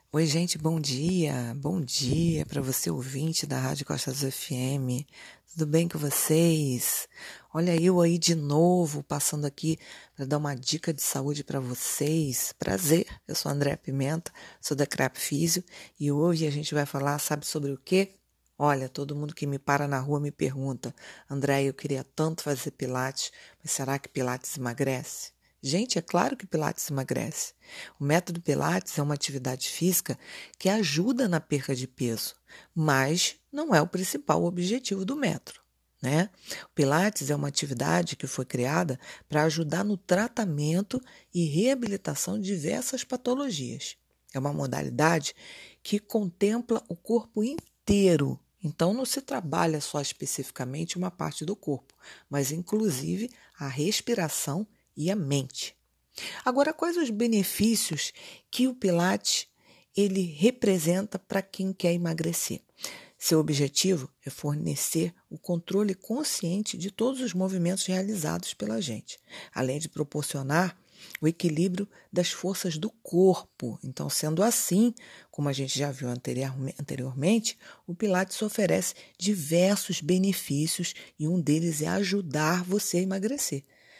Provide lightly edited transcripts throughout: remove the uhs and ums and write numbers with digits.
Oi, gente, bom dia. Bom dia para você, ouvinte da Rádio Costa Azul FM. Tudo bem com vocês? Olha, eu aí de novo, passando aqui para dar uma dica de saúde para vocês. Prazer, eu sou a Andréa Pimenta, sou da CRAP Físio e hoje a gente vai falar, sabe sobre o quê? Olha, todo mundo que me para na rua me pergunta: André, eu queria tanto fazer Pilates, mas será que Pilates emagrece? Gente, é claro que Pilates emagrece. O método Pilates é uma atividade física que ajuda na perca de peso, mas não é o principal objetivo do método, né? O Pilates é uma atividade que foi criada para ajudar no tratamento e reabilitação de diversas patologias. É uma modalidade que contempla o corpo inteiro. Então, não se trabalha só especificamente uma parte do corpo, mas inclusive a respiração e a mente. Agora, quais os benefícios que o Pilates ele representa para quem quer emagrecer? Seu objetivo é fornecer o controle consciente de todos os movimentos realizados pela gente, além de proporcionar o equilíbrio das forças do corpo. Então, sendo assim, como a gente já viu anteriormente, o Pilates oferece diversos benefícios e um deles é ajudar você a emagrecer.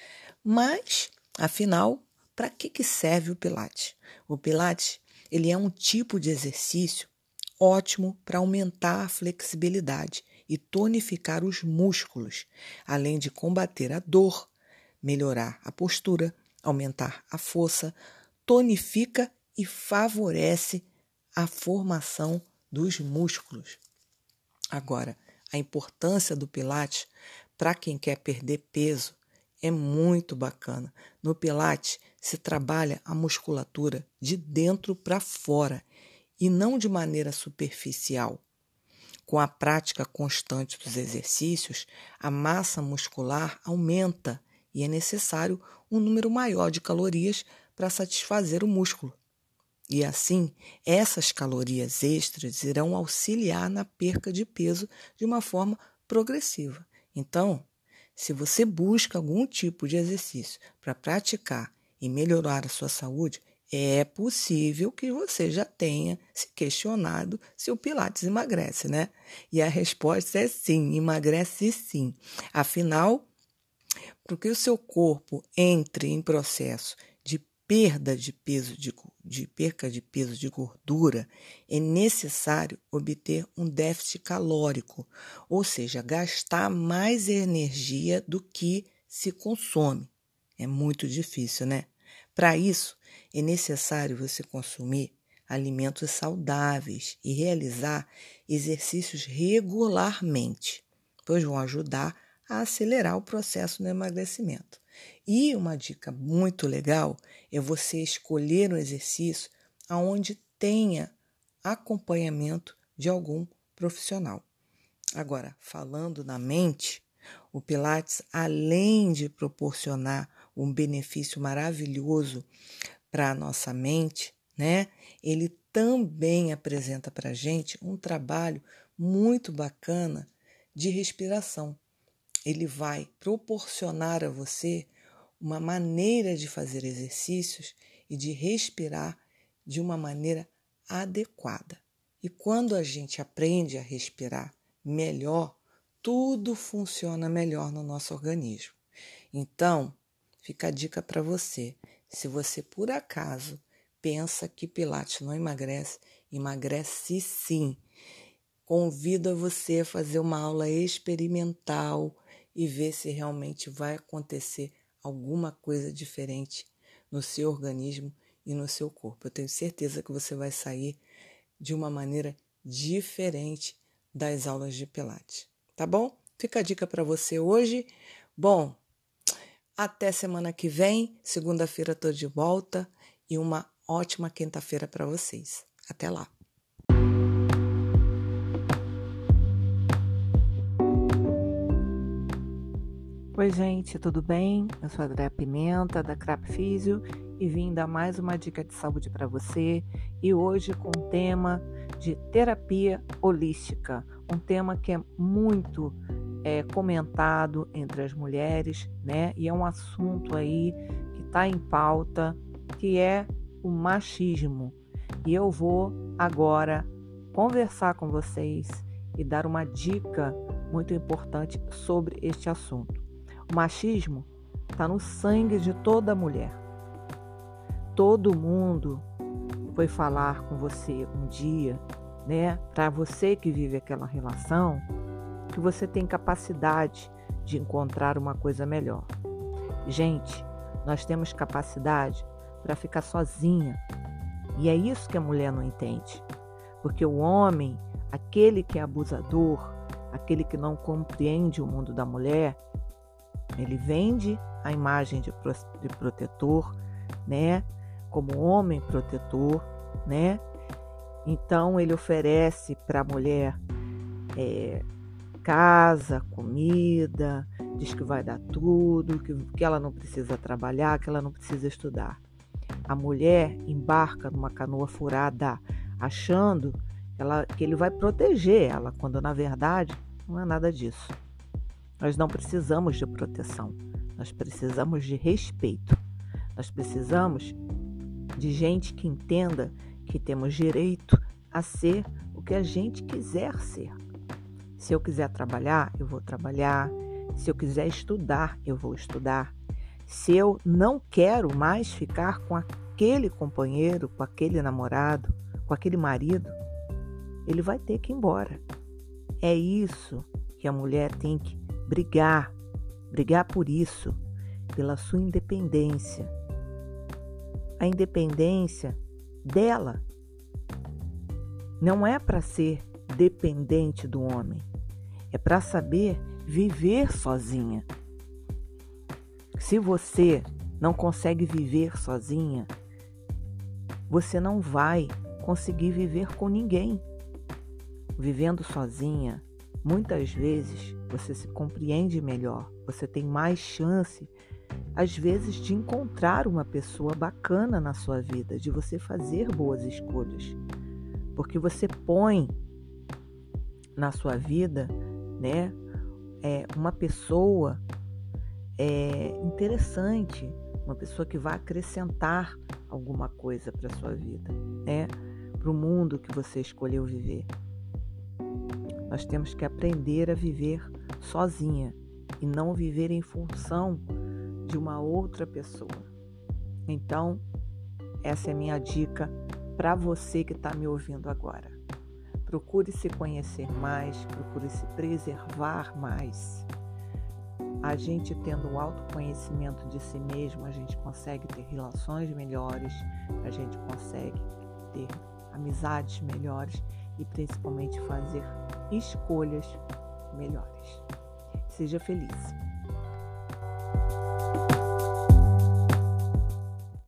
Mas, afinal, para que serve o Pilates? O Pilates ele é um tipo de exercício ótimo para aumentar a flexibilidade e tonificar os músculos, além de combater a dor, melhorar a postura, aumentar a força, tonifica e favorece a formação dos músculos. Agora, a importância do Pilates para quem quer perder peso é muito bacana. No Pilates se trabalha a musculatura de dentro para fora e não de maneira superficial. Com a prática constante dos exercícios, a massa muscular aumenta e é necessário um número maior de calorias para satisfazer o músculo. E assim, essas calorias extras irão auxiliar na perca de peso de uma forma progressiva. Então, se você busca algum tipo de exercício para praticar e melhorar a sua saúde, é possível que você já tenha se questionado se o Pilates emagrece, né? E a resposta é sim, emagrece sim. Afinal, para que o seu corpo entre em processo de perda de peso, de perca de peso de gordura, é necessário obter um déficit calórico, ou seja, gastar mais energia do que se consome. É muito difícil, né? Para isso, é necessário você consumir alimentos saudáveis e realizar exercícios regularmente, pois vão ajudar a acelerar o processo do emagrecimento. E uma dica muito legal é você escolher um exercício onde tenha acompanhamento de algum profissional. Agora, falando na mente, o Pilates, além de proporcionar um benefício maravilhoso para a nossa mente, né? Ele também apresenta para a gente um trabalho muito bacana de respiração. Ele vai proporcionar a você uma maneira de fazer exercícios e de respirar de uma maneira adequada. E quando a gente aprende a respirar melhor, tudo funciona melhor no nosso organismo. Então, fica a dica para você. Se você, por acaso, pensa que Pilates não emagrece, emagrece sim. Convido a você a fazer uma aula experimental e ver se realmente vai acontecer alguma coisa diferente no seu organismo e no seu corpo. Eu tenho certeza que você vai sair de uma maneira diferente das aulas de Pilates, tá bom? Fica a dica para você hoje. Bom, até semana que vem, segunda-feira estou de volta e uma ótima quinta-feira para vocês. Até lá! Oi, gente, tudo bem? Eu sou a Andréa Pimenta, da CRAP Físio, e vim dar mais uma dica de saúde para você, e hoje com o tema de terapia holística, um tema que é muito comentado entre as mulheres, né? E é um assunto aí que está em pauta, que é o machismo. E eu vou agora conversar com vocês e dar uma dica muito importante sobre este assunto. O machismo está no sangue de toda mulher. Todo mundo foi falar com você um dia, né? Para você que vive aquela relação, que você tem capacidade de encontrar uma coisa melhor. Gente, nós temos capacidade para ficar sozinha. E é isso que a mulher não entende. Porque o homem, aquele que é abusador, aquele que não compreende o mundo da mulher, ele vende a imagem de protetor, né? Como homem protetor, né? Então ele oferece para a mulher casa, comida, diz que vai dar tudo, que ela não precisa trabalhar, que ela não precisa estudar. A mulher embarca numa canoa furada, achando que ele vai proteger ela, quando na verdade não é nada disso. Nós não precisamos de proteção, nós precisamos de respeito, nós precisamos de gente que entenda que temos direito a ser o que a gente quiser ser. Se eu quiser trabalhar, eu vou trabalhar. Se eu quiser estudar, eu vou estudar. Se eu não quero mais ficar com aquele companheiro, com aquele namorado, com aquele marido, ele vai ter que ir embora. É isso que a mulher tem que brigar por isso, pela sua independência. A independência dela não é para ser dependente do homem, é para saber viver sozinha. Se você não consegue viver sozinha, você não vai conseguir viver com ninguém. Vivendo sozinha, muitas vezes você se compreende melhor, você tem mais chance, às vezes, de encontrar uma pessoa bacana na sua vida, de você fazer boas escolhas. Porque você põe na sua vida, né, uma pessoa interessante, uma pessoa que vai acrescentar alguma coisa para a sua vida, né, para o mundo que você escolheu viver. Nós temos que aprender a viver sozinha e não viver em função de uma outra pessoa. Então, essa é a minha dica para você que está me ouvindo agora. Procure se conhecer mais, procure se preservar mais. A gente tendo o autoconhecimento de si mesmo, a gente consegue ter relações melhores, a gente consegue ter amizades melhores e principalmente fazer escolhas melhores. Seja feliz.